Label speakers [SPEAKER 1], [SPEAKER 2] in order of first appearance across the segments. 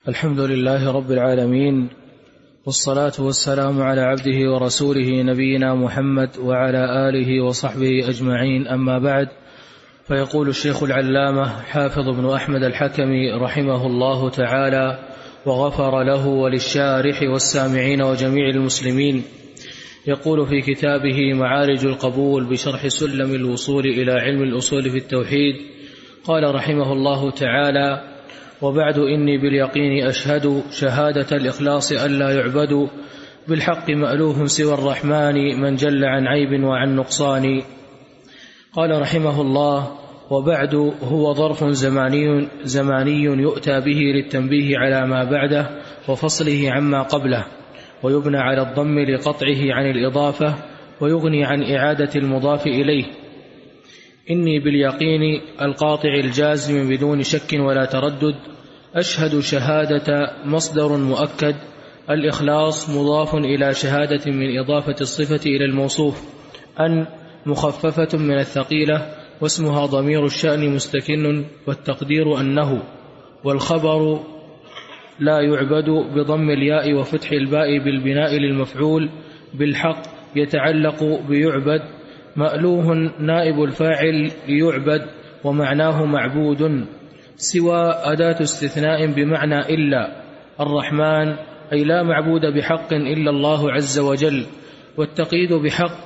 [SPEAKER 1] الحمد لله رب العالمين، والصلاة والسلام على عبده ورسوله نبينا محمد وعلى آله وصحبه أجمعين، أما بعد. فيقول الشيخ العلامة حافظ بن أحمد الحكمي رحمه الله تعالى وغفر له وللشارح والسامعين وجميع المسلمين، يقول في كتابه معارج القبول بشرح سلم الوصول إلى علم الأصول في التوحيد، قال رحمه الله تعالى: وبعد إني باليقين أشهد شهادة الإخلاص ألا يعبد بالحق مألوه سوى الرحمن من جل عن عيب وعن نقصان. قال رحمه الله: وبعد هو ظرف زماني يؤتى به للتنبيه على ما بعده وفصله عما قبله، ويبنى على الضم لقطعه عن الإضافة، ويغني عن إعادة المضاف إليه. إني باليقين القاطع الجازم بدون شك ولا تردد، أشهد شهادة مصدر مؤكد، الإخلاص مضاف إلى شهادة من إضافة الصفة إلى الموصوف، أن مخففة من الثقيلة، واسمها ضمير الشأن مستكن، والتقدير أنه، والخبر لا يعبد بضم الياء وفتح الباء بالبناء للمفعول، بالحق يتعلق بيعبد، مألوه نائب الفاعل ليعبد ومعناه معبود، سوى أداة استثناء بمعنى إلا، الرحمن أي لا معبود بحق إلا الله عز وجل، والتقييد بحق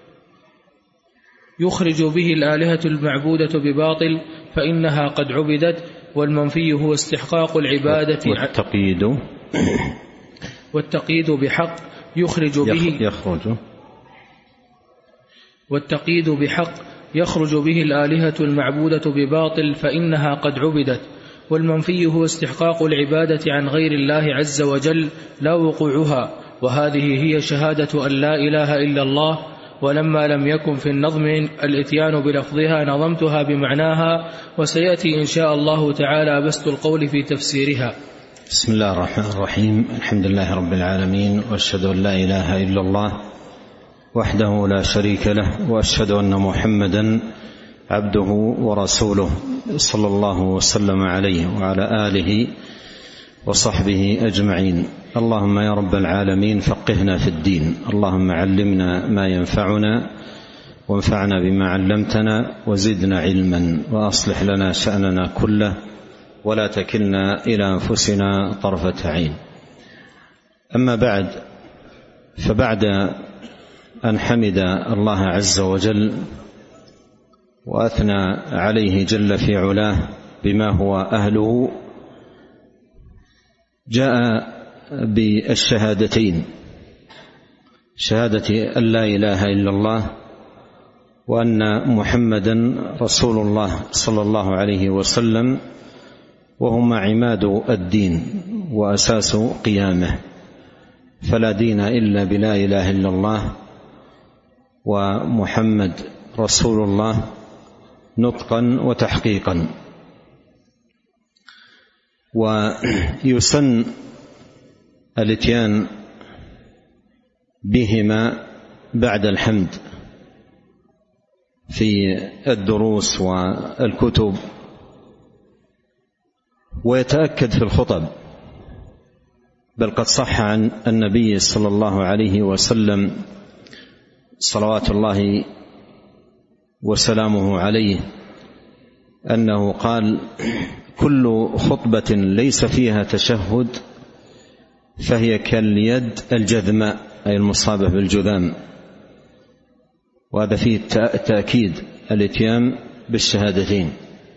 [SPEAKER 1] يخرج به الآلهة المعبودة بباطل فإنها قد عبدت، والمنفي هو استحقاق العبادة. والتقييد بحق يخرج به الآلهة المعبودة بباطل فإنها قد عبدت، والمنفي هو استحقاق العبادة عن غير الله عز وجل لا وقوعها، وهذه هي شهادة أن لا إله إلا الله. ولما لم يكن في النظم الاتيان بلفظها نظمتها بمعناها، وسيأتي إن شاء الله تعالى بسط القول في تفسيرها.
[SPEAKER 2] بسم الله الرحمن الرحيم. الحمد لله رب العالمين، وأشهد أن لا إله إلا الله وحده لا شريك له، وأشهد أن محمدا عبده ورسوله صلى الله وسلم عليه وعلى آله وصحبه أجمعين. اللهم يا رب العالمين فقهنا في الدين، اللهم علمنا ما ينفعنا وانفعنا بما علمتنا وزدنا علما، وأصلح لنا شأننا كله ولا تكلنا إلى أنفسنا طرفة عين. أما بعد، فبعد أن حمد الله عز وجل وأثنى عليه جل في علاه بما هو أهله، جاء بالشهادتين: شهادة أن لا إله إلا الله وأن محمدا رسول الله صلى الله عليه وسلم، وهما عماد الدين وأساس قيامه، فلا دين إلا بلا إله إلا الله ومحمد رسول الله نطقا وتحقيقا. ويسن الاتيان بهما بعد الحمد في الدروس والكتب، ويتأكد في الخطب، بل قد صح عن النبي صلى الله عليه وسلم صلوات الله وسلامه عليه أنه قال: كل خطبة ليس فيها تشهد فهي كاليد الجذماء، أي المصابة بالجذام. وهذا فيه تأكيد الاتيان بالشهادتين.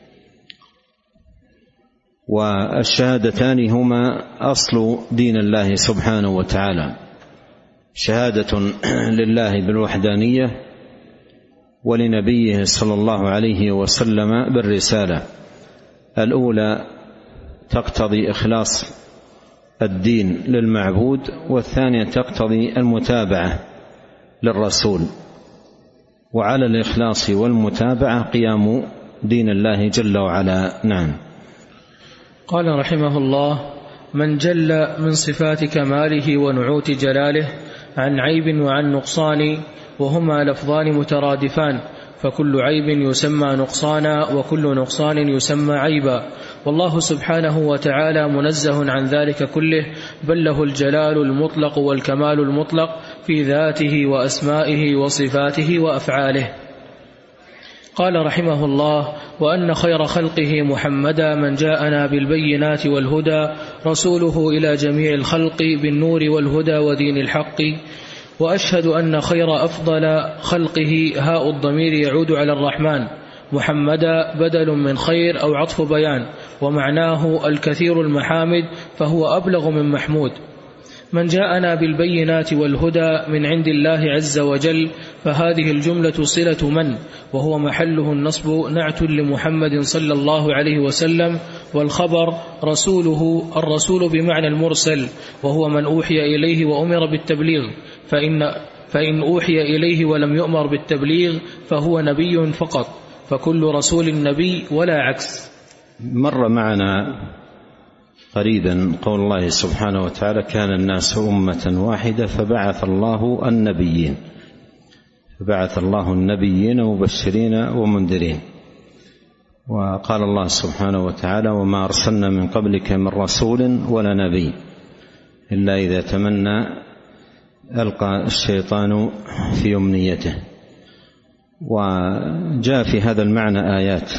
[SPEAKER 2] والشهادتان هما أصل دين الله سبحانه وتعالى: شهادة لله بالوحدانية، ولنبيه صلى الله عليه وسلم بالرسالة. الأولى تقتضي إخلاص الدين للمعبود، والثانية تقتضي المتابعة للرسول، وعلى الإخلاص والمتابعة قيام دين الله جل وعلا. نعم.
[SPEAKER 1] قال رحمه الله: من جل من صفات كماله ونعوت جلاله عن عيب وعن نقصان، وهما لفظان مترادفان، فكل عيب يسمى نقصانا وكل نقصان يسمى عيبا، والله سبحانه وتعالى منزه عن ذلك كله، بل له الجلال المطلق والكمال المطلق في ذاته وأسمائه وصفاته وأفعاله. قال رحمه الله: وأن خير خلقه محمدا من جاءنا بالبينات والهدى، رسوله إلى جميع الخلق بالنور والهدى ودين الحق. وأشهد أن خير أفضل خلقه، هاء الضمير يعود على الرحمن، محمدا بدل من خير أو عطف بيان، ومعناه الكثير المحامد، فهو أبلغ من محمود. من جاءنا بالبينات والهدى من عند الله عز وجل، فهذه الجملة صلة من، وهو محله النصب نعت لمحمد صلى الله عليه وسلم، والخبر رسوله، الرسول بمعنى المرسل، وهو من أوحي إليه وأمر بالتبليغ، فإن أوحي إليه ولم يؤمر بالتبليغ فهو نبي فقط، فكل رسول نبي ولا عكس.
[SPEAKER 2] مر معنا قريبا قول الله سبحانه وتعالى: كان الناس أمة واحدة فبعث الله النبيين مبشرين ومنذرين. وقال الله سبحانه وتعالى: وما أرسلنا من قبلك من رسول ولا نبي إلا إذا تمنى ألقى الشيطان في أمنيته. وجاء في هذا المعنى آيات،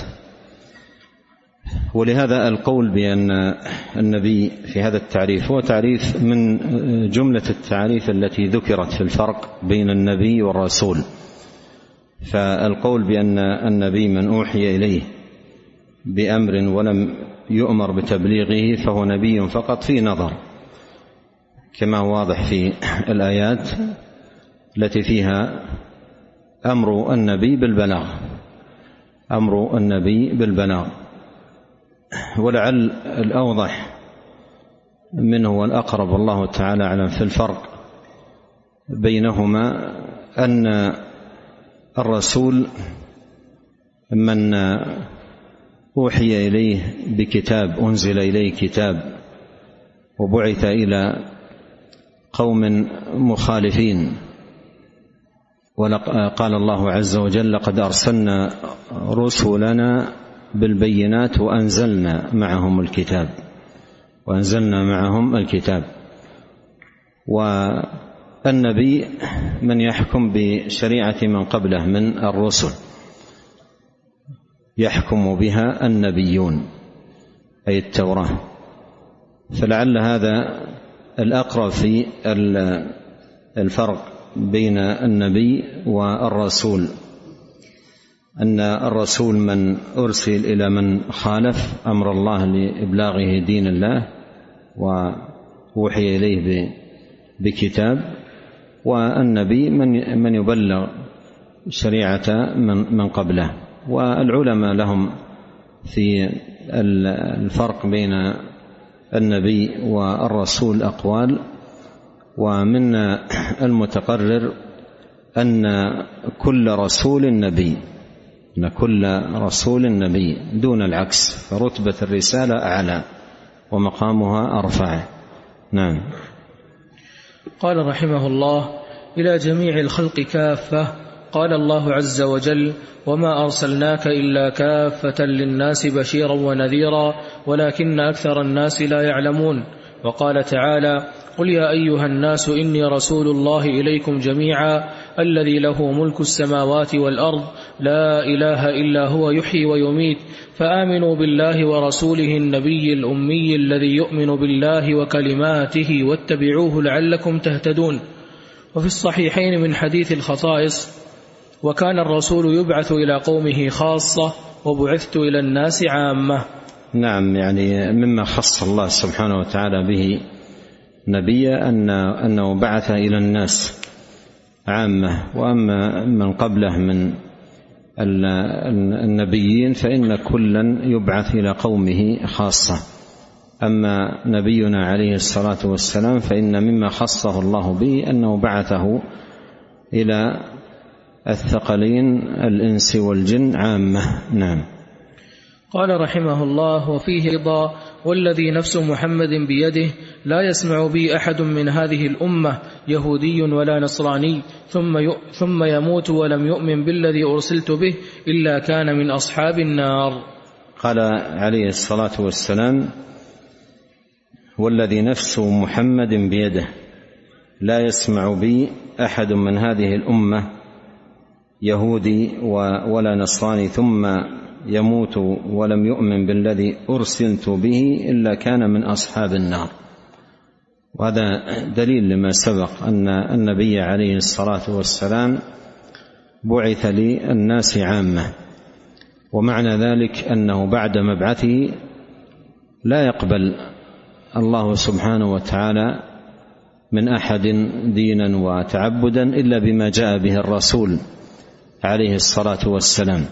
[SPEAKER 2] ولهذا القول بأن النبي في هذا التعريف هو تعريف من جملة التعريف التي ذكرت في الفرق بين النبي والرسول. فالقول بأن النبي من أوحي إليه بأمر ولم يؤمر بتبليغه فهو نبي فقط في نظر، كما هو واضح في الآيات التي فيها أمر النبي بالبلاغ. ولعل الأوضح منه والأقرب والله تعالى أعلم في الفرق بينهما أن الرسول من أوحي إليه بكتاب، أنزل إليه كتاب وبعث إلى قوم مخالفين، وقال الله عز وجل: لقد أرسلنا رسلنا بالبينات وأنزلنا معهم الكتاب. والنبي من يحكم بشريعة من قبله من الرسل، يحكم بها النبيون أي التوراة. فلعل هذا الأقرب في الفرق بين النبي والرسول، أن الرسول من أرسل إلى من خالف أمر الله لإبلاغه دين الله ووحي إليه بكتاب، والنبي من يبلغ شريعة من قبله. والعلماء لهم في الفرق بين النبي والرسول أقوال، ومن المتقرر أن كل رسول نبي دون العكس، فرتبة الرسالة أعلى ومقامها أرفع. نعم.
[SPEAKER 1] قال رحمه الله: إلى جميع الخلق كافة. قال الله عز وجل: وما أرسلناك إلا كافة للناس بشيرا ونذيرا ولكن أكثر الناس لا يعلمون. وقال تعالى: قل يا أيها الناس إني رسول الله إليكم جميعا الذي له ملك السماوات والأرض لا إله إلا هو يحيي ويميت، فآمنوا بالله ورسوله النبي الأمي الذي يؤمن بالله وكلماته واتبعوه لعلكم تهتدون. وفي الصحيحين من حديث الخصائص: وكان الرسول يبعث إلى قومه خاصة وبعثت إلى الناس عامة.
[SPEAKER 2] نعم، يعني مما خص الله سبحانه وتعالى به نبيا أنه بعث إلى الناس عامة، وأما من قبله من النبيين فإن كلا يبعث إلى قومه خاصة. أما نبينا عليه الصلاة والسلام فإن مما خصه الله به أنه بعثه إلى الثقلين الإنس والجن عامة. نعم.
[SPEAKER 1] قال رحمه الله: وفيه رضا والذي نفس محمد بيده لا يسمع بي أحد من هذه الأمة يهودي ولا نصراني ثم يموت ولم يؤمن بالذي أرسلت به إلا كان من أصحاب النار.
[SPEAKER 2] قال عليه الصلاة والسلام: والذي نفس محمد بيده لا يسمع بي أحد من هذه الأمة يهودي ولا نصراني ثم يموت ولم يؤمن بالذي أرسلت به إلا كان من أصحاب النار. وهذا دليل لما سبق أن النبي عليه الصلاة والسلام بعث للناس عامة، ومعنى ذلك أنه بعد مبعثه لا يقبل الله سبحانه وتعالى من أحد دينا وتعبدا إلا بما جاء به الرسول عليه الصلاة والسلام،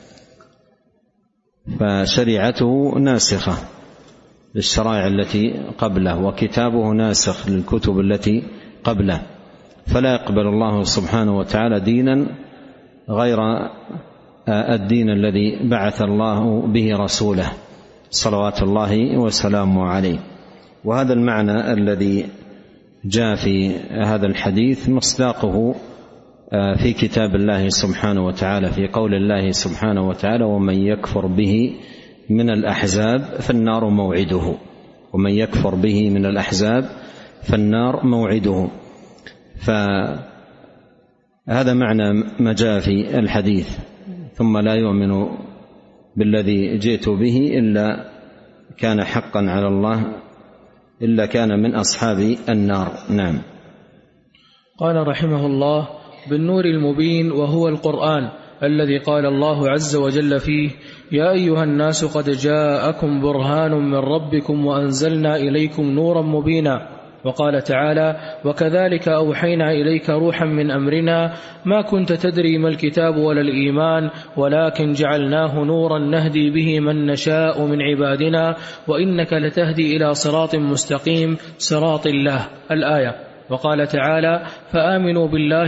[SPEAKER 2] فشريعته ناسخة للشرائع التي قبله، وكتابه ناسخ للكتب التي قبله، فلا يقبل الله سبحانه وتعالى دينا غير الدين الذي بعث الله به رسوله صلوات الله وسلامه عليه. وهذا المعنى الذي جاء في هذا الحديث مصداقه في كتاب الله سبحانه وتعالى في قول الله سبحانه وتعالى: ومن يكفر به من الأحزاب فالنار موعده. ومن يكفر به من الأحزاب فالنار موعده. فهذا معنى ما جاء في الحديث: ثم لا يؤمن بالذي جئت به إلا كان حقا على الله إلا كان من أصحاب النار. نعم.
[SPEAKER 1] قال رحمه الله: بالنور المبين، وهو القرآن الذي قال الله عز وجل فيه: يا أيها الناس قد جاءكم برهان من ربكم وأنزلنا إليكم نورا مبينا. وقال تعالى: وكذلك أوحينا إليك روحا من أمرنا ما كنت تدري ما الكتاب ولا الإيمان ولكن جعلناه نورا نهدي به من نشاء من عبادنا وإنك لتهدي إلى صراط مستقيم صراط الله. الآية. وقال تعالى: فآمنوا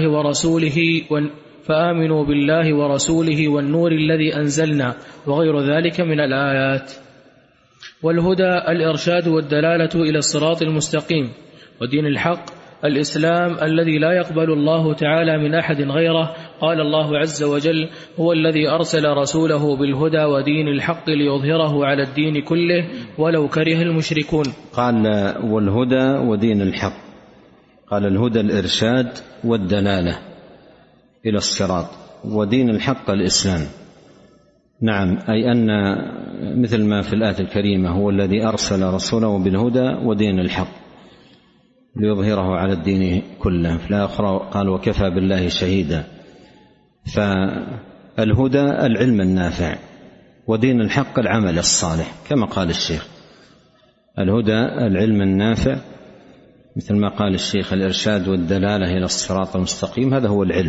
[SPEAKER 1] بالله ورسوله والنور الذي أنزلنا، وغير ذلك من الآيات. والهدى الإرشاد والدلالة إلى الصراط المستقيم. ودين الحق الإسلام الذي لا يقبل الله تعالى من أحد غيره. قال الله عز وجل: هو الذي أرسل رسوله بالهدى ودين الحق ليظهره على الدين كله ولو كره المشركون.
[SPEAKER 2] قال: والهدى ودين الحق. قال: الهدى الإرشاد والدلالة إلى الصراط، ودين الحق الإسلام. نعم، أي أن مثل ما في الآية الكريمة: هو الذي أرسل رسوله بالهدى ودين الحق ليظهره على الدين كله. في الآخرة قال: وكفى بالله شهيدا. فالهدى العلم النافع، ودين الحق العمل الصالح، كما قال الشيخ: الهدى العلم النافع، مثل ما قال الشيخ: الإرشاد والدلالة إلى الصراط المستقيم، هذا هو العلم.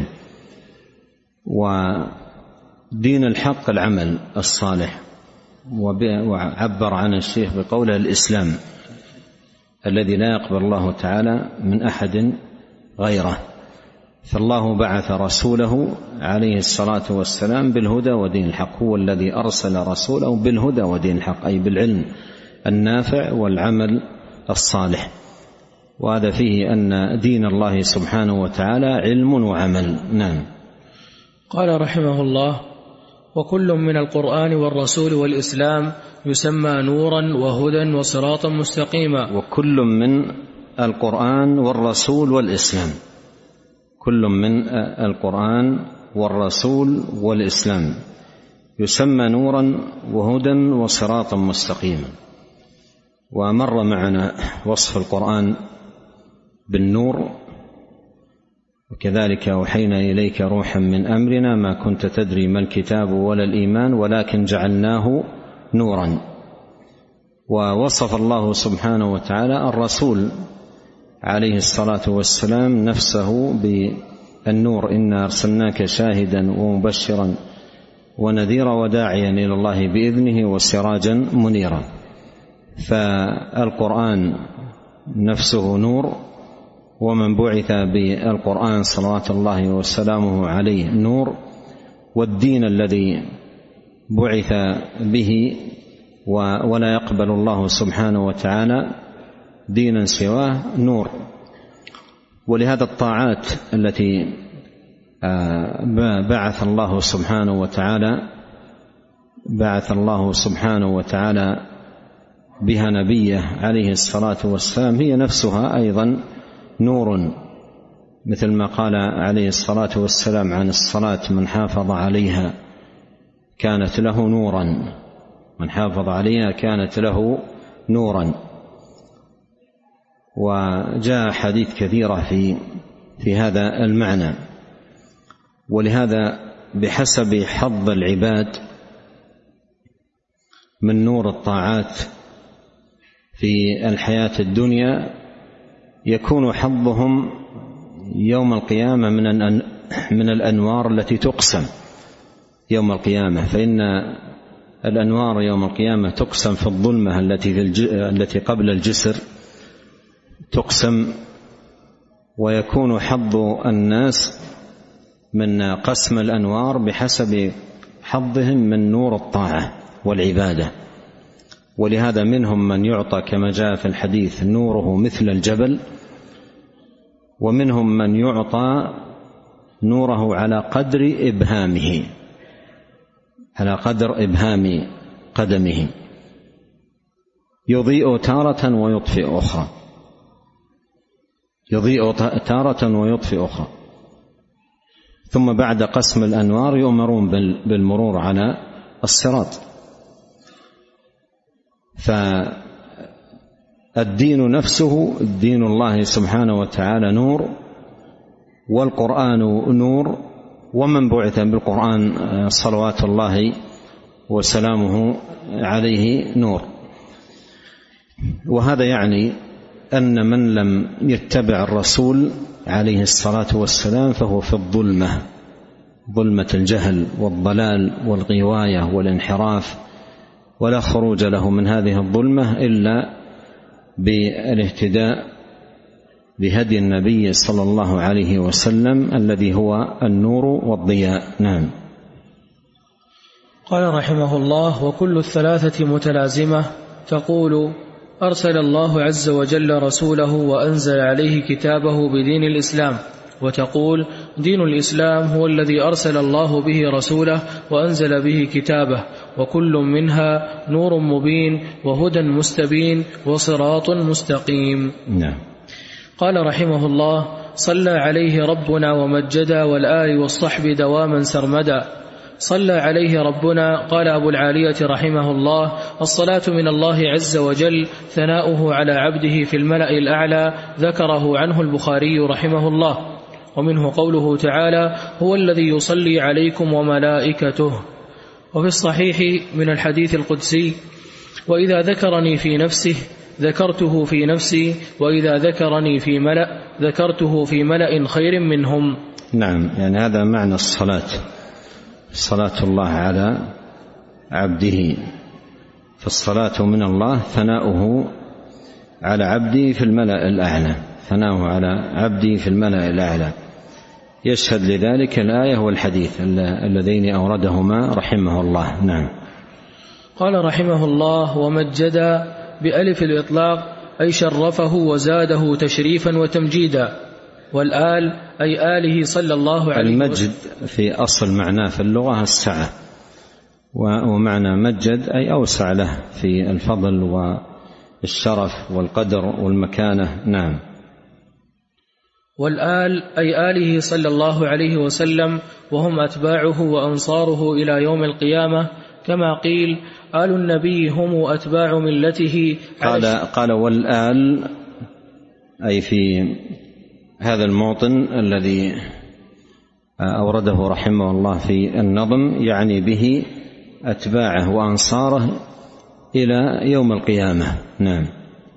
[SPEAKER 2] ودين الحق العمل الصالح، وعبر عن الشيخ بقوله: الإسلام الذي لا يقبل الله تعالى من أحد غيره. فالله بعث رسوله عليه الصلاة والسلام بالهدى ودين الحق. هو الذي أرسل رسوله بالهدى ودين الحق، أي بالعلم النافع والعمل الصالح. وهذا فيه أن دين الله سبحانه وتعالى علم وعمل. نعم.
[SPEAKER 1] قال رحمه الله: وكل من القرآن والرسول والإسلام يسمى نورا وهدى وصراطا مستقيما.
[SPEAKER 2] وكل من القرآن والرسول والإسلام، كل من القرآن والرسول والإسلام يسمى نورا وهدى وصراطا مستقيما. ومر معنا وصف القرآن بالنور: وكذلك أوحينا إليك روحا من أمرنا ما كنت تدري ما الكتاب ولا الإيمان ولكن جعلناه نورا. ووصف الله سبحانه وتعالى الرسول عليه الصلاة والسلام نفسه بالنور: إنا أرسلناك شاهدا ومبشرا ونذيرا وداعيا إلى الله بإذنه وسراجا منيرا. فالقرآن نفسه نور، ومن بعث بالقرآن صلوات الله وسلامه عليه نور، والدين الذي بعث به ولا يقبل الله سبحانه وتعالى دينا سواه نور. ولهذا الطاعات التي بعث الله سبحانه وتعالى بعث الله سبحانه وتعالى بها نبيه عليه الصلاة والسلام هي نفسها أيضا نور، مثل ما قال عليه الصلاة والسلام عن الصلاة: من حافظ عليها كانت له نورا، من حافظ عليها كانت له نورا. وجاء حديث كثيرة في هذا المعنى. ولهذا بحسب حظ العباد من نور الطاعات في الحياة الدنيا يكون حظهم يوم القيامة من الأنوار التي تقسم يوم القيامة، فإن الأنوار يوم القيامة تقسم في الظلمة التي قبل الجسر تقسم، ويكون حظ الناس من قسم الأنوار بحسب حظهم من نور الطاعة والعبادة. ولهذا منهم من يعطى كما جاء في الحديث نوره مثل الجبل، ومنهم من يعطى نوره على قدر إبهامه، على قدر إبهام قدمه، يضيء تارة ويطفئ أخرى، يضيء تارة ويطفئ أخرى. ثم بعد قسم الأنوار يؤمرون بالمرور على الصراط. فالدين نفسه دين الله سبحانه وتعالى نور، والقرآن نور، ومن بعث بالقرآن صلوات الله وسلامه عليه نور. وهذا يعني أن من لم يتبع الرسول عليه الصلاة والسلام فهو في الظلمة، ظلمة الجهل والضلال والغواية والانحراف، ولا خروج له من هذه الظلمة إلا بالاهتداء بهدي النبي صلى الله عليه وسلم الذي هو النور والضياء. نعم.
[SPEAKER 1] قال رحمه الله: وكل الثلاثة متلازمة. تقول: أرسل الله عز وجل رسوله وأنزل عليه كتابه بدين الإسلام. وتقول: دين الإسلام هو الذي أرسل الله به رسوله وأنزل به كتابه، وكل منها نور مبين وهدى مستبين وصراط مستقيم.
[SPEAKER 2] نعم.
[SPEAKER 1] قال رحمه الله: صلى عليه ربنا ومجدا، والآل والصحب دواما سرمدا. صلى عليه ربنا. قال أبو العالية رحمه الله: الصلاة من الله عز وجل ثناؤه على عبده في الملأ الأعلى، ذكره عنه البخاري رحمه الله. ومنه قوله تعالى: هو الذي يصلي عليكم وملائكته. وفي الصحيح من الحديث القدسي: وإذا ذكرني في نفسه ذكرته في نفسي، وإذا ذكرني في ملأ ذكرته في ملأ خير منهم.
[SPEAKER 2] نعم، يعني هذا معنى الصلاة، صلاة الله على عبده. فالصلاة من الله ثناؤه على عبده في الملأ الأعلى، ثناؤه على عبده في الملأ الأعلى. يشهد لذلك الآية والحديث اللذين أوردهما رحمه الله. نعم.
[SPEAKER 1] قال رحمه الله: ومجدا بألف الإطلاق، أي شرفه وزاده تشريفا وتمجيدا. والآل أي آله صلى الله عليه وسلم.
[SPEAKER 2] المجد في أصل معناه في اللغة السعة، ومعنى مجد أي أوسع له في الفضل والشرف والقدر والمكانة. نعم.
[SPEAKER 1] والآل أي آله صلى الله عليه وسلم، وهم أتباعه وأنصاره إلى يوم القيامة، كما قيل: آل النبي هم أتباع ملته.
[SPEAKER 2] قال والآل أي في هذا الموطن الذي أورده رحمه الله في النظم، يعني به أتباعه وأنصاره إلى يوم القيامة. نعم.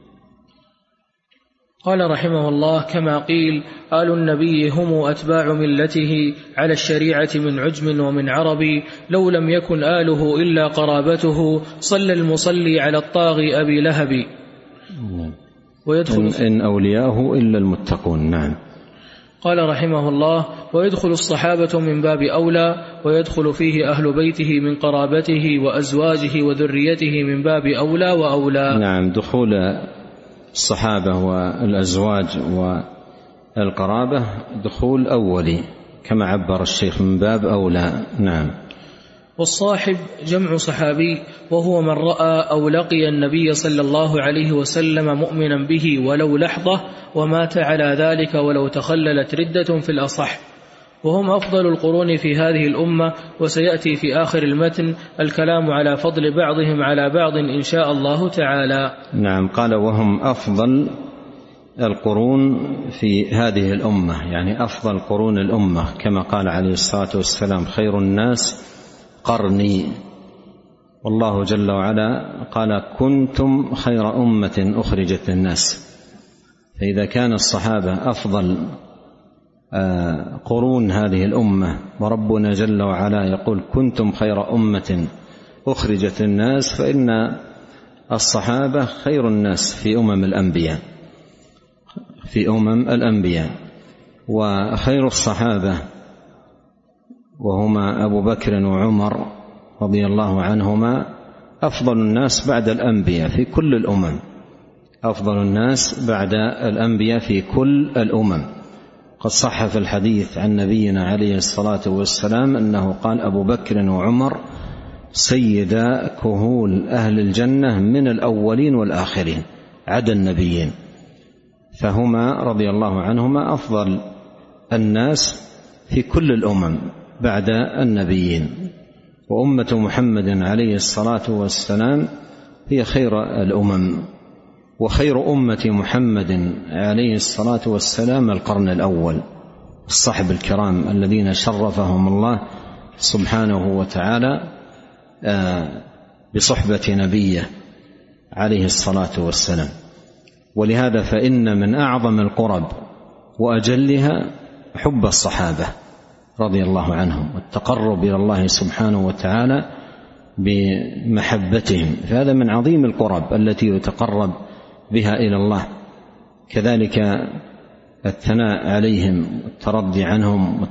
[SPEAKER 1] قال رحمه الله: كما قيل: آل النبي هم أتباع ملته على الشريعة من عجم ومن عربي، لو لم يكن آله إلا قرابته، صلى المصلي على الطاغي أبي لهب.
[SPEAKER 2] ويدخل إن أولياه إلا المتقون. نعم.
[SPEAKER 1] قال رحمه الله: ويدخل الصحابة من باب أولى، ويدخل فيه أهل بيته من قرابته وأزواجه وذريته من باب أولى وأولى.
[SPEAKER 2] نعم، دخول الصحابة والأزواج والقرابة دخول أولي كما عبر الشيخ، من باب أولى. نعم.
[SPEAKER 1] والصاحب جمع صحابي، وهو من رأى أو لقي النبي صلى الله عليه وسلم مؤمنا به ولو لحظة ومات على ذلك ولو تخللت ردة في الأصح، وهم أفضل القرون في هذه الأمة. وسيأتي في آخر المتن الكلام على فضل بعضهم على بعض إن شاء الله تعالى.
[SPEAKER 2] نعم، قال وهم أفضل القرون في هذه الأمة، يعني أفضل قرون الأمة، كما قال عليه الصلاة والسلام خير الناس قرني. والله جل وعلا قال كنتم خير أمة أخرجت للناس. فإذا كان الصحابة أفضل قرون هذه الأمة، وربنا جل وعلا يقول كنتم خير أمة أخرجت للناس، فإن الصحابة خير الناس في أمم الأنبياء. وخير الصحابة وهما أبو بكر وعمر رضي الله عنهما أفضل الناس بعد الأنبياء في كل الأمم، أفضل الناس بعد الأنبياء في كل الأمم. قد صح في الحديث عن نبينا عليه الصلاة والسلام أنه قال أبو بكر وعمر سيدا كهول أهل الجنة من الأولين والآخرين عدا النبيين، فهما رضي الله عنهما أفضل الناس في كل الأمم بعد النبيين. وأمة محمد عليه الصلاة والسلام هي خير الأمم، وخير أمة محمد عليه الصلاة والسلام القرن الأول، الصحب الكرام الذين شرفهم الله سبحانه وتعالى بصحبة نبيه عليه الصلاة والسلام. ولهذا فإن من أعظم القرب وأجلها حب الصحابة رضي الله عنهم والتقرب إلى الله سبحانه وتعالى بمحبتهم، فهذا من عظيم القرب التي يتقرب بها إلى الله. كذلك الثناء عليهم والترضي عنهم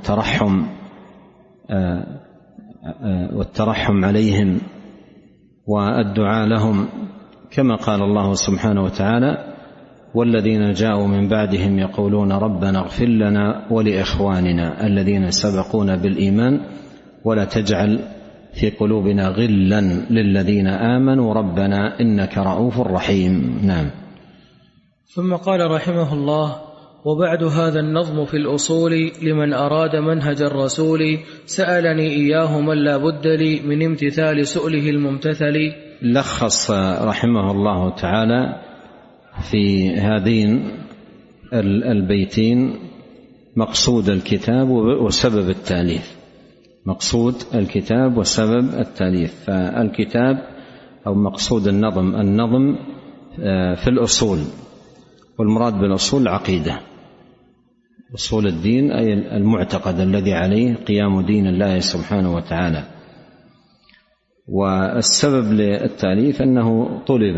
[SPEAKER 2] والترحم عليهم والدعاء لهم، كما قال الله سبحانه وتعالى والذين جاءوا من بعدهم يقولون ربنا اغفر لنا ولإخواننا الذين سبقونا بالإيمان ولا تجعل في قلوبنا غلا للذين آمنوا ربنا إنك رؤوف رحيم. نعم.
[SPEAKER 1] ثم قال رحمه الله: وبعد هذا النظم في الأصول لمن أراد منهج الرسول سألني إياه من لا بد لي من امتثال سؤله الممتثل.
[SPEAKER 2] لخص رحمه الله تعالى في هذين البيتين مقصود الكتاب وسبب التأليف، مقصود الكتاب وسبب التأليف. فالكتاب أو مقصود النظم في الأصول، والمراد بالأصول العقيدة، أصول الدين أي المعتقد الذي عليه قيام دين الله سبحانه وتعالى. والسبب للتأليف أنه طلب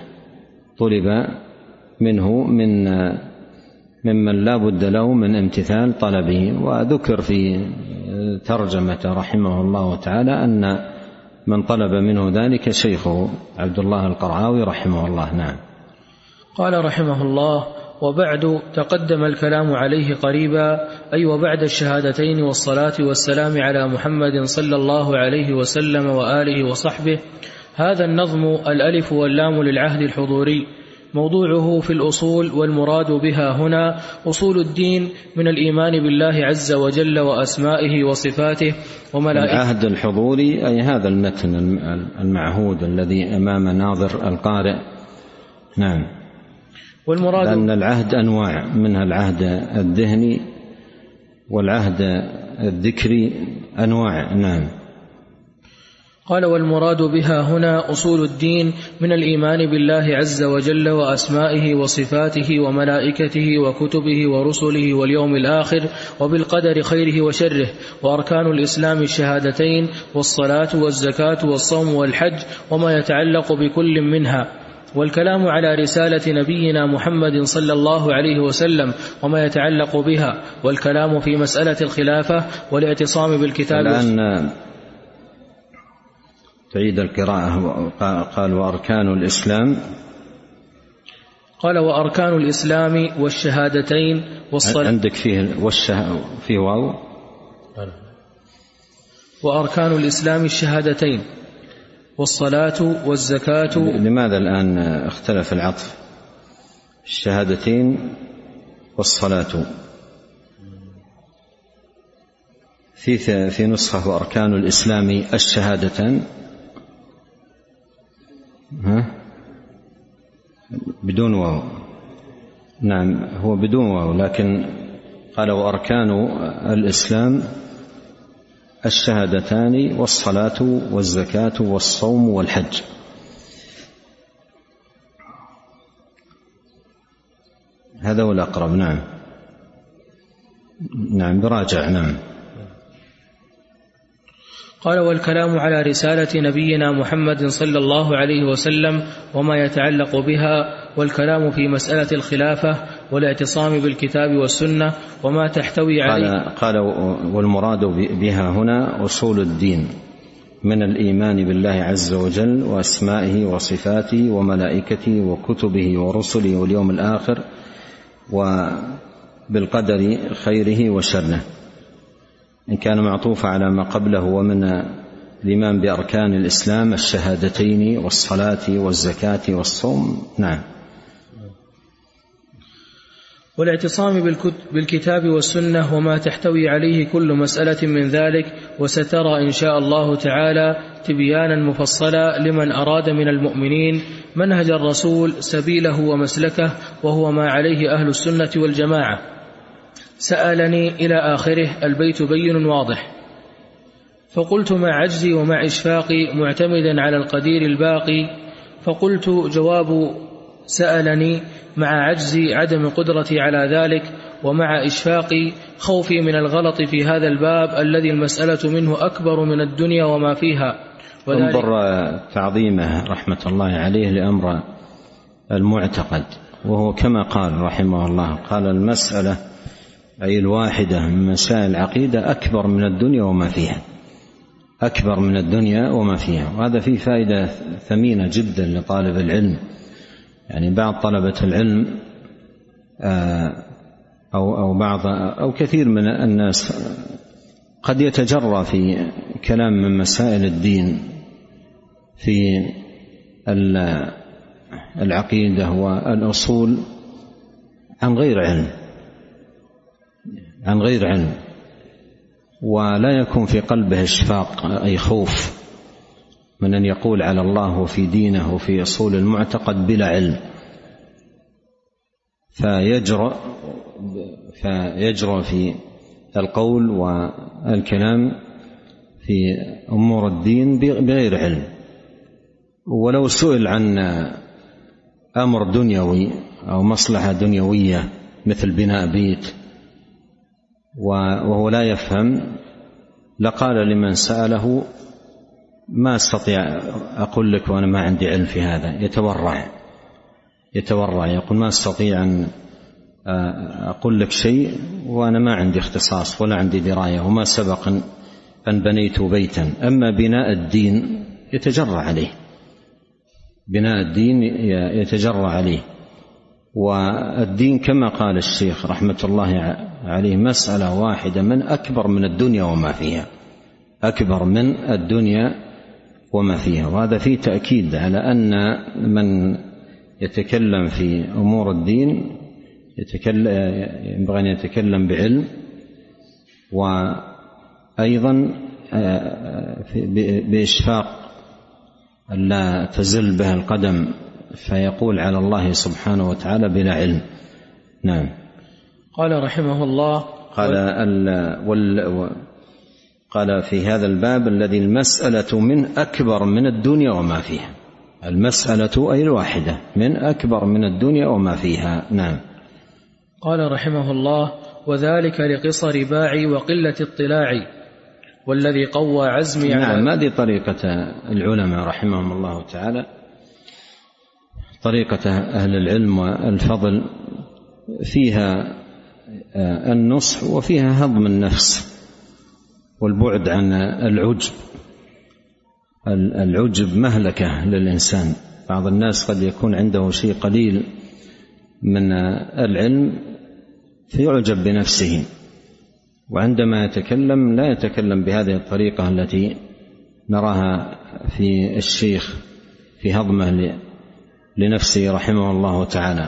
[SPEAKER 2] منه ممن لا بد له من امتثال طلبه. وذكر في ترجمة رحمه الله تعالى أن من طلب منه ذلك شيخه عبد الله القرعاوي رحمه الله. نعم.
[SPEAKER 1] قال رحمه الله: وبعد تقدم الكلام عليه قريبا، أي وبعد الشهادتين والصلاة والسلام على محمد صلى الله عليه وسلم وآله وصحبه. هذا النظم الألف واللام للعهد الحضوري، موضوعه في الأصول، والمراد بها هنا أصول الدين من الإيمان بالله عز وجل وأسمائه وصفاته وملائكته.
[SPEAKER 2] العهد الحضوري أي هذا المتن المعهود الذي أمام ناظر القارئ. نعم.
[SPEAKER 1] والمراد
[SPEAKER 2] لأن العهد أنواع، منها العهد الذهني والعهد الذكري أنواع. نعم.
[SPEAKER 1] قال: والمراد بها هنا أصول الدين من الإيمان بالله عز وجل وأسمائه وصفاته وملائكته وكتبه ورسله واليوم الآخر وبالقدر خيره وشره، وأركان الإسلام الشهادتين والصلاة والزكاة والصوم والحج وما يتعلق بكل منها، والكلام على رسالة نبينا محمد صلى الله عليه وسلم وما يتعلق بها، والكلام في مسألة الخلافة والاعتصام بالكتاب.
[SPEAKER 2] الآن تعيد القراءة. قال: وأركان الإسلام.
[SPEAKER 1] قال: وأركان الإسلام والشهادتين والصلاة.
[SPEAKER 2] عندك فيه واو.
[SPEAKER 1] وأركان الإسلام الشهادتين والصلاة والزكاة.
[SPEAKER 2] لماذا الآن اختلف العطف؟ الشهادتين والصلاة في نسخة وأركان الإسلام الشهادتان بدون واو. نعم هو بدون واو، لكن قال وأركان الإسلام الشهادتان والصلاة والزكاة والصوم والحج. هذا هو الأقرب. نعم براجع. نعم.
[SPEAKER 1] قال والكلام على رسالة نبينا محمد صلى الله عليه وسلم وما يتعلق بها، والكلام في مسألة الخلافة والاعتصام بالكتاب والسنة وما تحتوي عليه.
[SPEAKER 2] قال والمراد بها هنا أصول الدين من الإيمان بالله عز وجل وأسمائه وصفاته وملائكته وكتبه ورسله واليوم الآخر وبالقدر خيره وشره، إن كان معطوف على ما قبله ومن الإيمان بأركان الإسلام الشهادتين والصلاة والزكاة والصوم. نعم.
[SPEAKER 1] والاعتصام بالكتاب والسنة وما تحتوي عليه كل مسألة من ذلك، وسترى إن شاء الله تعالى تبيانا مفصلا لمن أراد من المؤمنين منهج الرسول سبيله ومسلكه، وهو ما عليه أهل السنة والجماعة. سألني إلى آخره، البيت بين واضح. فقلت مع عجزي ومع إشفاقي معتمدا على القدير الباقي. فقلت جواب سألني مع عجزي عدم قدرتي على ذلك، ومع إشفاقي خوفي من الغلط في هذا الباب الذي المسألة منه أكبر من الدنيا وما فيها.
[SPEAKER 2] انظر تعظيمه رحمة الله عليه لأمر المعتقد، وهو كما قال رحمه الله، قال المسألة أي الواحدة من مسائل العقيدة أكبر من الدنيا وما فيها، أكبر من الدنيا وما فيها. وهذا فيه فائدة ثمينة جدا لطالب العلم. يعني بعض طلبة العلم أو كثير من الناس قد يتجرأ في كلام من مسائل الدين في العقيدة والأصول عن غير علم، ولا يكون في قلبه إشفاق أي خوف من أن يقول على الله وفي دينه وفي أصول المعتقد بلا علم، فيجرؤ في القول والكلام في أمور الدين بغير علم. ولو سئل عن أمر دنيوي أو مصلحة دنيوية مثل بناء بيت وهو لا يفهم، لقال لمن سأله ما استطيع أقول لك وأنا ما عندي علم في هذا. يتورع يقول ما استطيع أن أقول لك شيء وأنا ما عندي اختصاص ولا عندي دراية وما سبق أن بنيت بيتا. أما بناء الدين يتجرأ عليه، بناء الدين يتجرأ عليه. والدين كما قال الشيخ رحمة الله عليه مسألة واحدة من أكبر من الدنيا وما فيها، أكبر من الدنيا وما فيها. وهذا فيه تأكيد على أن من يتكلم في أمور الدين ينبغي أن يتكلم بعلم، وأيضا بإشفاق لا تزل به القدم فيقول على الله سبحانه وتعالى بلا علم. نعم.
[SPEAKER 1] قال رحمه الله
[SPEAKER 2] قال في هذا الباب الذي المسألة من أكبر من الدنيا وما فيها، المسألة أي الواحدة من أكبر من الدنيا وما فيها. نعم.
[SPEAKER 1] قال رحمه الله وذلك لقصر باعي وقلة اطلاعي والذي قوى عزمي.
[SPEAKER 2] نعم. هذه طريقة العلماء رحمهم الله تعالى، طريقة أهل العلم والفضل، فيها النصح وفيها هضم النفس والبعد عن العجب. العجب مهلكة للإنسان. بعض الناس قد يكون عنده شيء قليل من العلم فيعجب بنفسه وعندما يتكلم لا يتكلم بهذه الطريقة التي نراها في الشيخ في هضمه لنفسه رحمه الله تعالى.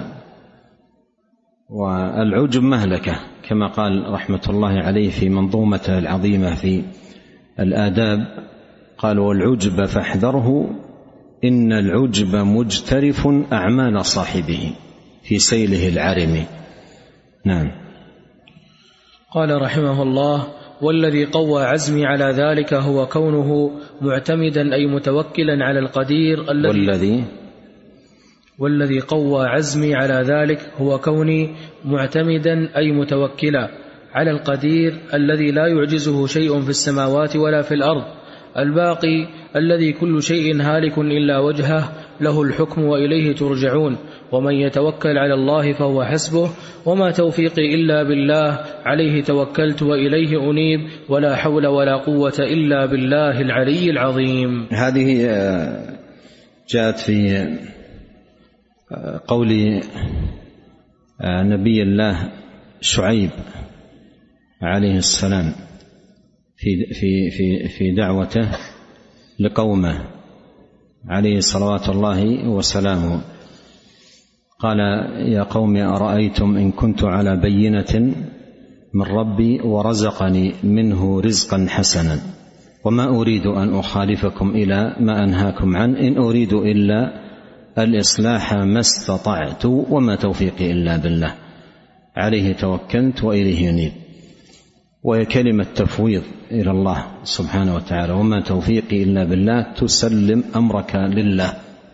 [SPEAKER 2] والعجب مهلكة كما قال رحمة الله عليه في منظومته العظيمة في الآداب، قال: والعجب فاحذره إن العجب مجترف أعمال صاحبه في سيله العرم. نعم.
[SPEAKER 1] قال رحمه الله: والذي قوى عزمي على ذلك هو كونه معتمدا أي متوكلا على القدير والذي قوى عزمي على ذلك هو كوني معتمدا أي متوكلا على القدير الذي لا يعجزه شيء في السماوات ولا في الأرض، الباقي الذي كل شيء هالك إلا وجهه، له الحكم وإليه ترجعون، ومن يتوكل على الله فهو حسبه، وما توفيقي إلا بالله، عليه توكلت وإليه أنيب، ولا حول ولا قوة إلا بالله العلي العظيم.
[SPEAKER 2] هذه جاءت في قول نبي الله شعيب عليه السلام في دعوته لقومه عليه صلوات الله وسلامه، قال: يا قوم أرأيتم إن كنت على بينة من ربي ورزقني منه رزقا حسنا وما أريد أن أخالفكم إلى ما أنهاكم عنه، إن أريد إلا الإصلاح ما استطعت وما توفيقي إلا بالله، عليه توكلت وإليه أنيب. وهي كلمة تفويض إلى الله سبحانه وتعالى، وما توفيقي إلا بالله، تسلم أمرك لله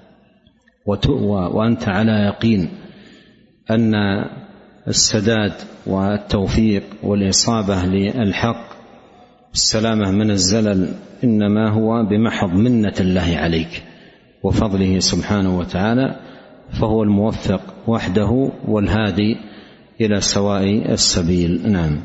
[SPEAKER 2] وأنت على يقين أن السداد والتوفيق والإصابة للحق السلامة من الزلل إنما هو بمحض منة الله عليك وفضله سبحانه وتعالى، فهو الموفق وحده والهادي إلى سواء السبيل. نعم.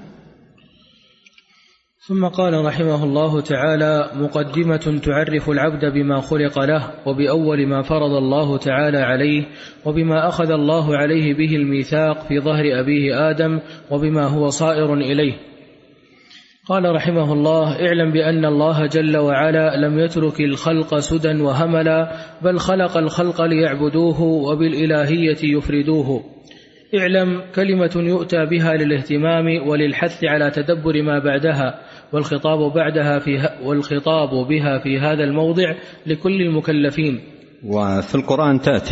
[SPEAKER 1] ثم قال رحمه الله تعالى: مقدمة تعرف العبد بما خلق له، وبأول ما فرض الله تعالى عليه، وبما أخذ الله عليه به الميثاق في ظهر أبيه آدم، وبما هو صائر إليه. قال رحمه الله: اعلم بأن الله جل وعلا لم يترك الخلق سدى وهملا، بل خلق الخلق ليعبدوه وبالإلهية يفردوه. اعلم كلمة يؤتى بها للاهتمام وللحث على تدبر ما بعدها، والخطاب بها في هذا الموضع لكل المكلفين.
[SPEAKER 2] وفي القرآن تأتي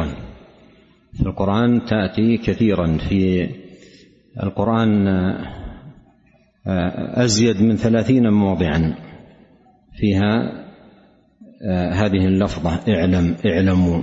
[SPEAKER 2] كثيرا في القرآن أزيد من 30 موضعا فيها هذه اللفظة: اعلموا،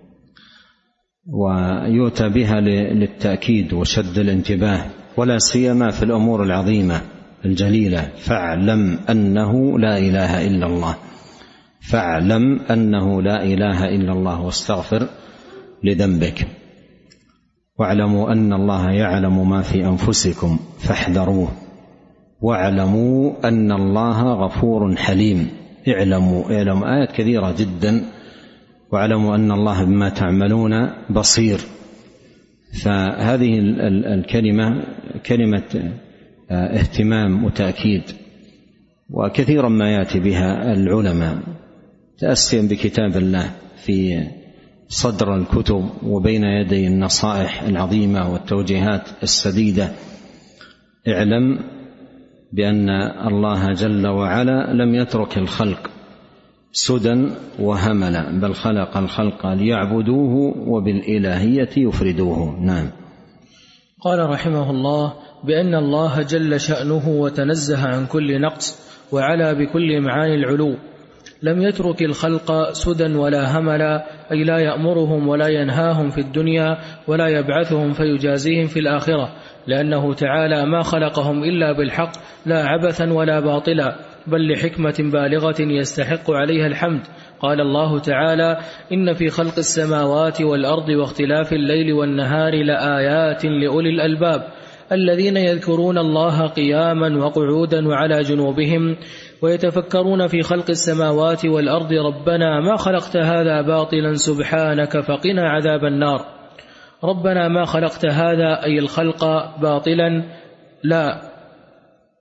[SPEAKER 2] ويؤتى بها للتأكيد وشد الانتباه، ولا سيما في الأمور العظيمة الجليلة: فاعلم أنه لا إله إلا الله، فاعلم أنه لا إله إلا الله واستغفر لذنبك، واعلموا أن الله يعلم ما في أنفسكم فاحذروه، واعلموا أن الله غفور حليم. اعلموا آيات كثيرة جدا. واعلموا أن الله بما تعملون بصير. فهذه الكلمة كلمة اهتمام وتأكيد، وكثيرا ما يأتي بها العلماء تأسيا بكتاب الله في صدر الكتب وبين يدي النصائح العظيمة والتوجيهات السديدة. اعلم بأن الله جل وعلا لم يترك الخلق سدى وهملا، بل خلق الخلق ليعبدوه وبالإلهية يفردوه. نعم.
[SPEAKER 1] قال رحمه الله: بأن الله جل شأنه وتنزه عن كل نقص وعلى بكل معاني العلو، لم يترك الخلق سدى ولا هملا، أي لا يأمرهم ولا ينهاهم في الدنيا ولا يبعثهم فيجازيهم في الآخرة، لأنه تعالى ما خلقهم إلا بالحق، لا عبثا ولا باطلا، بل لحكمة بالغة يستحق عليها الحمد. قال الله تعالى: إن في خلق السماوات والأرض واختلاف الليل والنهار لآيات لأولي الألباب الذين يذكرون الله قياما وقعودا وعلى جنوبهم ويتفكرون في خلق السماوات والأرض ربنا ما خلقت هذا باطلا سبحانك فقنا عذاب النار. ربنا ما خلقت هذا أي الخلق باطلا، لا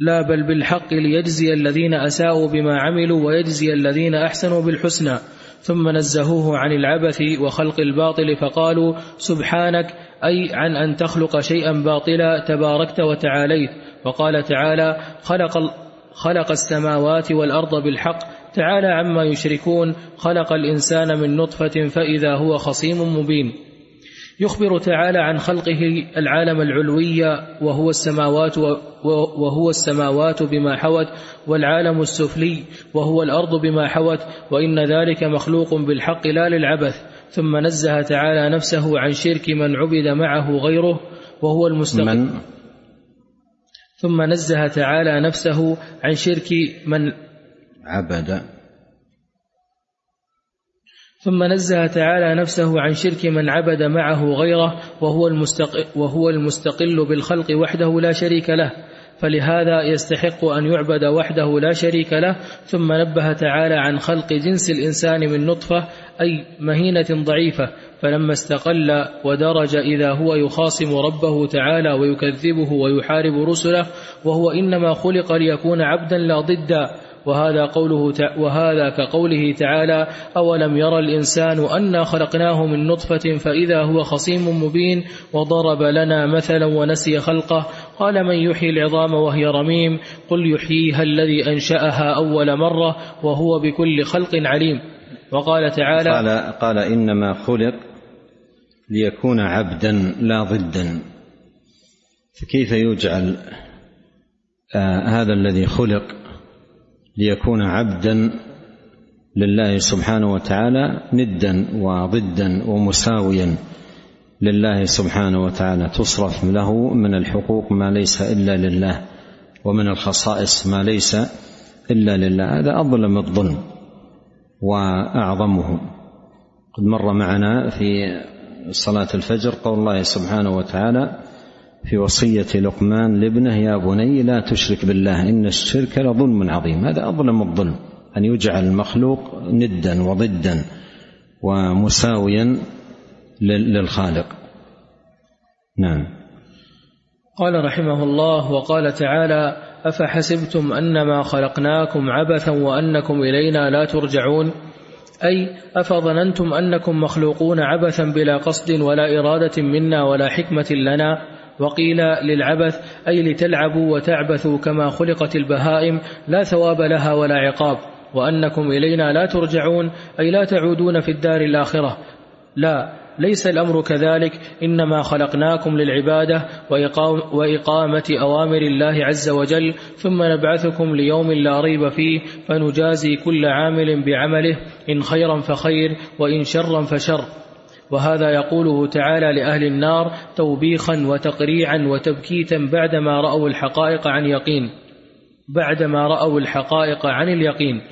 [SPEAKER 1] لا بل بالحق ليجزي الذين أساءوا بما عملوا ويجزي الذين أحسنوا بالحسنى. ثم نزهوه عن العبث وخلق الباطل فقالوا سبحانك، أي عن أن تخلق شيئا باطلا تباركت وتعاليت. وقال تعالى خلق السماوات والأرض بالحق تعالى عما يشركون، خلق الإنسان من نطفة فإذا هو خصيم مبين. يخبر تعالى عن خلقه العالم العلوي وهو السماوات بما حوت، والعالم السفلي وهو الأرض بما حوت، وإن ذلك مخلوق بالحق لا للعبث. ثم نزه تعالى نفسه عن شرك من عبد معه غيره وهو المستقل. ثم نزه تعالى نفسه عن شرك من
[SPEAKER 2] عبد
[SPEAKER 1] ثم نزه تعالى نفسه عن شرك من عبد معه غيره وهو المستقل بالخلق وحده لا شريك له، فلهذا يستحق أن يعبد وحده لا شريك له. ثم نبه تعالى عن خلق جنس الإنسان من نطفة، أي مهينة ضعيفة، فلما استقل ودرج إذا هو يخاصم ربه تعالى ويكذبه ويحارب رسله، وهو إنما خلق ليكون عبدا لا ضدا. وهذا كقوله تعالى أولم يرى الإنسان أنا خلقناه من نطفة فإذا هو خصيم مبين، وضرب لنا مثلا ونسي خلقه قال من يحيي العظام وهي رميم، قل يحييها الذي أنشأها أول مرة وهو بكل خلق عليم. وقال تعالى
[SPEAKER 2] قال إنما خلق ليكون عبدا لا ضدا، فكيف يجعل هذا الذي خلق ليكون عبدا لله سبحانه وتعالى ندا وضدا ومساويا لله سبحانه وتعالى؟ تصرف له من الحقوق ما ليس إلا لله، ومن الخصائص ما ليس إلا لله. هذا أظلم الظلم وأعظمه. قد مر معنا في صلاة الفجر قول الله سبحانه وتعالى في وصية لقمان لابنه يا بني لا تشرك بالله إن الشرك لظلم عظيم. هذا أظلم الظلم، أن يجعل المخلوق ندا وضدا ومساويا للخالق. نعم.
[SPEAKER 1] قال رحمه الله وقال تعالى أفحسبتم أنما خلقناكم عبثا وأنكم إلينا لا ترجعون، أي أفظننتم أنكم مخلوقون عبثا بلا قصد ولا إرادة منا ولا حكمة لنا. وقيل للعبث أي لتلعبوا وتعبثوا كما خلقت البهائم لا ثواب لها ولا عقاب. وأنكم إلينا لا ترجعون أي لا تعودون في الدار الآخرة. لا، ليس الأمر كذلك، إنما خلقناكم للعبادة وإقامة أوامر الله عز وجل، ثم نبعثكم ليوم لا ريب فيه فنجازي كل عامل بعمله، إن خيرا فخير وإن شرا فشر. وهذا يقوله تعالى لأهل النار توبيخا وتقريعا وتبكيتا بعدما رأوا الحقائق عن يقين، بعدما رأوا الحقائق عن اليقين،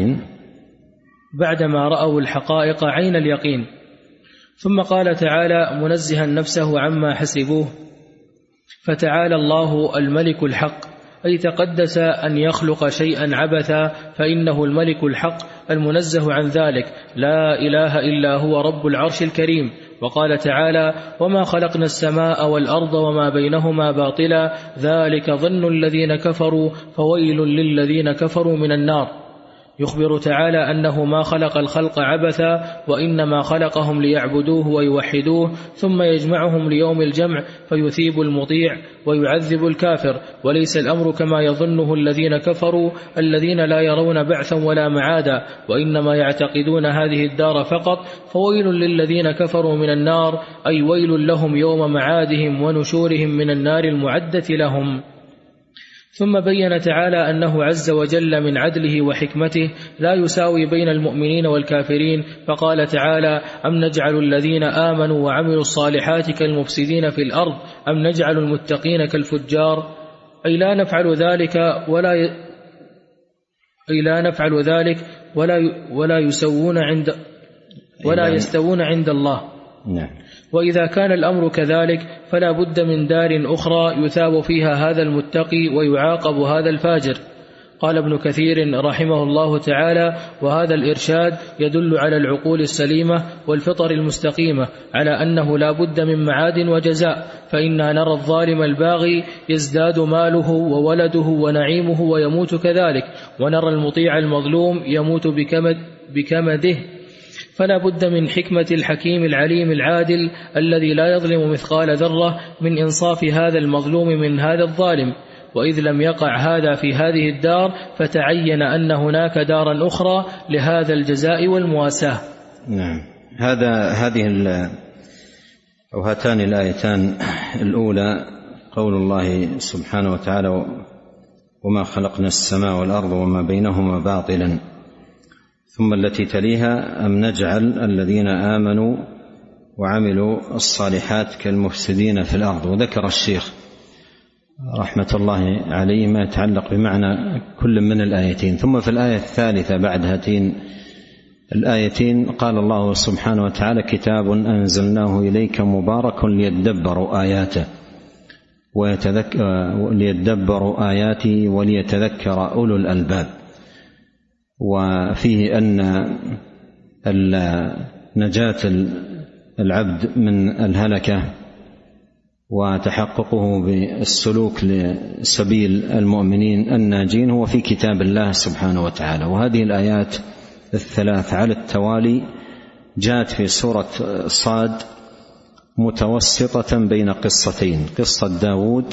[SPEAKER 1] بعدما رأوا الحقائق عين اليقين. ثم قال تعالى منزها نفسه عما حسبوه فتعالى الله الملك الحق، أي تقدس أن يخلق شيئا عبثا، فإنه الملك الحق المنزه عن ذلك، لا إله إلا هو رب العرش الكريم. وقال تعالى وما خلقنا السماء والأرض وما بينهما باطلا ذلك ظن الذين كفروا فويل للذين كفروا من النار. يخبر تعالى أنه ما خلق الخلق عبثا، وإنما خلقهم ليعبدوه ويوحدوه، ثم يجمعهم ليوم الجمع فيثيب المطيع ويعذب الكافر. وليس الأمر كما يظنه الذين كفروا الذين لا يرون بعثا ولا معادا، وإنما يعتقدون هذه الدار فقط. فويل للذين كفروا من النار، أي ويل لهم يوم معادهم ونشورهم من النار المعدة لهم. ثم بين تعالى أنه عز وجل من عدله وحكمته لا يساوي بين المؤمنين والكافرين، فقال تعالى أم نجعل الذين آمنوا وعملوا الصالحات كالمفسدين في الأرض أم نجعل المتقين كالفجار، أي لا نفعل ذلك ولا يستوون عند الله. وإذا كان الأمر كذلك فلا بد من دار أخرى يثاب فيها هذا المتقي ويعاقب هذا الفاجر. قال ابن كثير رحمه الله تعالى: وهذا الإرشاد يدل على العقول السليمة والفطر المستقيمة على أنه لا بد من معاد وجزاء، فإنا نرى الظالم الباغي يزداد ماله وولده ونعيمه ويموت كذلك، ونرى المطيع المظلوم يموت بكمده، فلا بد من حكمة الحكيم العليم العادل الذي لا يظلم مثقال ذرة من إنصاف هذا المظلوم من هذا الظالم. وإذ لم يقع هذا في هذه الدار فتعين أن هناك دارا أخرى لهذا الجزاء والمواساة.
[SPEAKER 2] نعم. هاتان الآيتان الأولى قول الله سبحانه وتعالى: وما خلقنا السماء والأرض وما بينهما باطلا، ثم التي تليها: أم نجعل الذين آمنوا وعملوا الصالحات كالمفسدين في الأرض. وذكر الشيخ رحمة الله عليه ما يتعلق بمعنى كل من الآيتين. ثم في الآية الثالثة بعد هاتين الآيتين قال الله سبحانه وتعالى: كتاب أنزلناه إليك مبارك ليدبروا آياته وليدبروا آياته وليتذكر أولو الألباب. وفيه أن نجاة العبد من الهلكة وتحققه بالسلوك لسبيل المؤمنين الناجين هو في كتاب الله سبحانه وتعالى. وهذه الآيات الثلاث على التوالي جاءت في سورة صاد متوسطة بين قصتين: قصة داود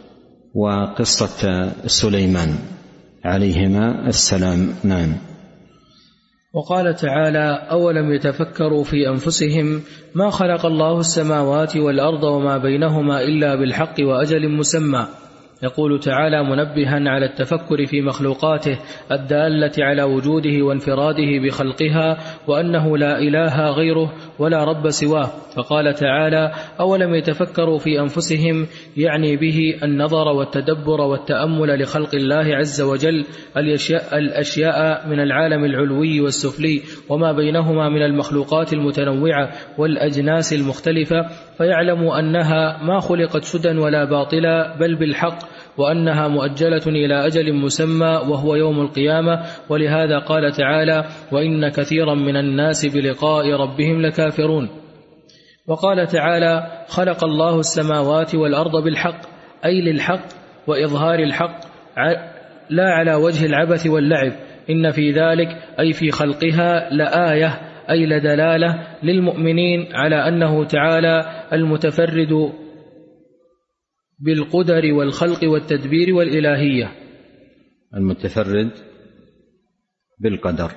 [SPEAKER 2] وقصة سليمان عليهما السلام. نعم.
[SPEAKER 1] وقال تعالى: أولم يتفكروا في أنفسهم ما خلق الله السماوات والأرض وما بينهما إلا بالحق وأجل مسمى. يقول تعالى منبها على التفكر في مخلوقاته الدالة على وجوده وانفراده بخلقها، وأنه لا إله غيره ولا رب سواه. فقال تعالى: أولم يتفكروا في أنفسهم، يعني به النظر والتدبر والتأمل لخلق الله عز وجل الأشياء من العالم العلوي والسفلي وما بينهما من المخلوقات المتنوعة والأجناس المختلفة، فيعلموا أنها ما خلقت سدى ولا باطلا بل بالحق، وأنها مؤجلة إلى أجل مسمى وهو يوم القيامة. ولهذا قال تعالى: وإن كثيرا من الناس بلقاء ربهم لكافرون. وقال تعالى: خلق الله السماوات والأرض بالحق، أي للحق وإظهار الحق لا على وجه العبث واللعب. إن في ذلك أي في خلقها لآية، أي لدلالة للمؤمنين على أنه تعالى المتفرد بالقدر والخلق والتدبير والإلهية.
[SPEAKER 2] المتفرد بالقدر،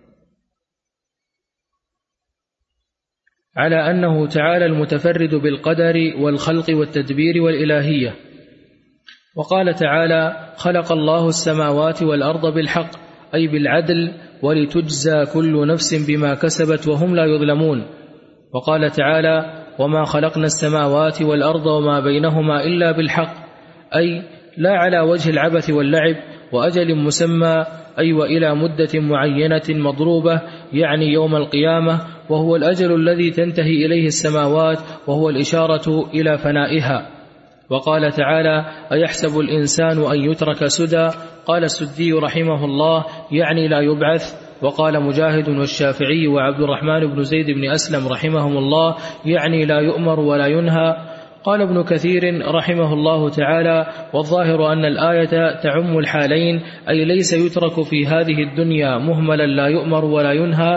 [SPEAKER 1] على أنه تعالى المتفرد بالقدر والخلق والتدبير والإلهية. وقال تعالى: خلق الله السماوات والأرض بالحق، أي بالعدل، ولتجزى كل نفس بما كسبت وهم لا يظلمون. وقال تعالى: وما خلقنا السماوات والأرض وما بينهما إلا بالحق، أي لا على وجه العبث واللعب، وأجل مسمى، أي وإلى مدة معينة مضروبة، يعني يوم القيامة، وهو الأجل الذي تنتهي إليه السماوات، وهو الإشارة إلى فنائها. وقال تعالى: أيحسب الإنسان أن يترك سدى؟ قال السدي رحمه الله: يعني لا يبعث. وقال مجاهد والشافعي وعبد الرحمن بن زيد بن أسلم رحمهم الله: يعني لا يؤمر ولا ينهى. قال ابن كثير رحمه الله تعالى: والظاهر أن الآية تعم الحالين، أي ليس يترك في هذه الدنيا مهملا لا يؤمر ولا ينهى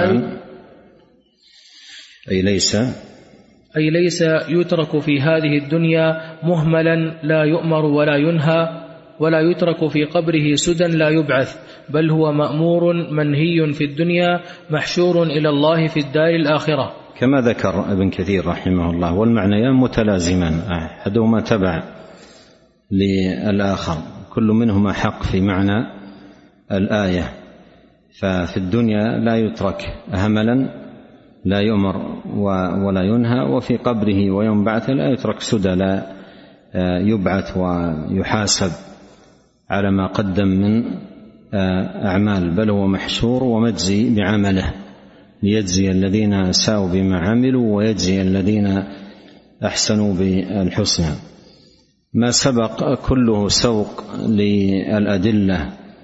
[SPEAKER 1] أي ليس يترك في هذه الدنيا مهملا لا يؤمر ولا ينهى، ولا يترك في قبره سدى لا يبعث، بل هو مأمور منهي في الدنيا محشور إلى الله في الدار الآخرة.
[SPEAKER 2] كما ذكر ابن كثير رحمه الله، والمعنيان متلازمان، أحدهما تبع للآخر، كل منهما حق في معنى الآية. ففي الدنيا لا يترك هملا لا يؤمر ولا ينهى، وفي قبره ويوم بعثه لا يترك سدى لا يبعث ويحاسب على ما قدم من أعمال، بل هو محشور ومجزي بعمله، ليجزي الذين ساءوا بما عملوا ويجزي الذين أحسنوا بالحسنى. ما سبق كله سوق للأدلة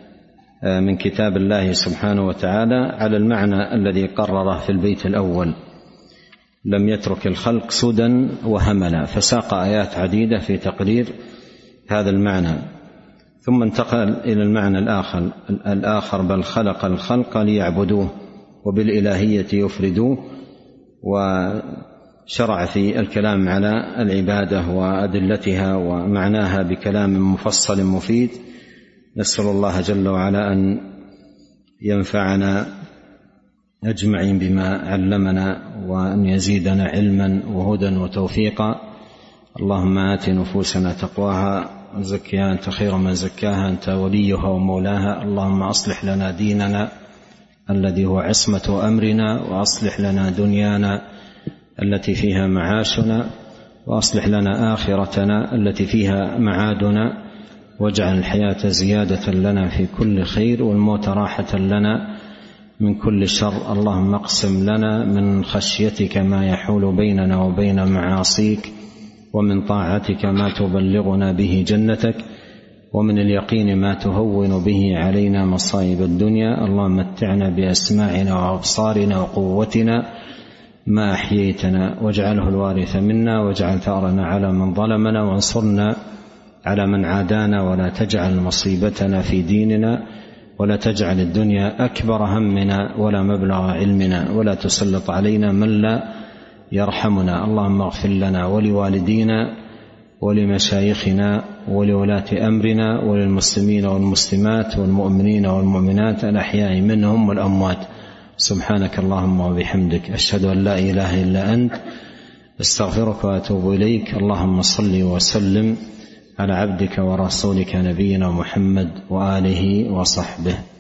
[SPEAKER 2] من كتاب الله سبحانه وتعالى على المعنى الذي قرره في البيت الأول، لم يترك الخلق سدى وهملا، فساق آيات عديدة في تقرير هذا المعنى، ثم انتقل إلى المعنى الآخر بل خلق الخلق ليعبدوه وبالإلهية يفردوه، وشرع في الكلام على العبادة وأدلتها ومعناها بكلام مفصل مفيد. نسأل الله جل وعلا أن ينفعنا أجمعين بما علمنا وأن يزيدنا علما وهدى وتوفيقا. اللهم آت نفوسنا تقواها وزكها أنت خير من زكاها أنت وليها ومولاها. اللهم أصلح لنا ديننا الذي هو عصمة أمرنا، وأصلح لنا دنيانا التي فيها معاشنا، وأصلح لنا آخرتنا التي فيها معادنا، واجعل الحياة زيادة لنا في كل خير والموت راحة لنا من كل شر. اللهم اقسم لنا من خشيتك ما يحول بيننا وبين معاصيك، ومن طاعتك ما تبلغنا به جنتك، ومن اليقين ما تهون به علينا مصائب الدنيا. اللهم متعنا بأسماعنا وأبصارنا وقوتنا ما أحييتنا، واجعله الوارث منا، واجعل ثأرنا على من ظلمنا، وانصرنا على من عادانا، ولا تجعل مصيبتنا في ديننا، ولا تجعل الدنيا أكبر همنا ولا مبلغ علمنا، ولا تسلط علينا من لا يرحمنا. اللهم اغفر لنا ولوالدينا ولمشايخنا ولولاة أمرنا وللمسلمين والمسلمات والمؤمنين والمؤمنات الأحياء منهم والأموات. سبحانك اللهم وبحمدك، أشهد أن لا إله إلا أنت، استغفرك وأتوب إليك. اللهم صل وسلم على عبدك ورسولك نبينا محمد وآله وصحبه.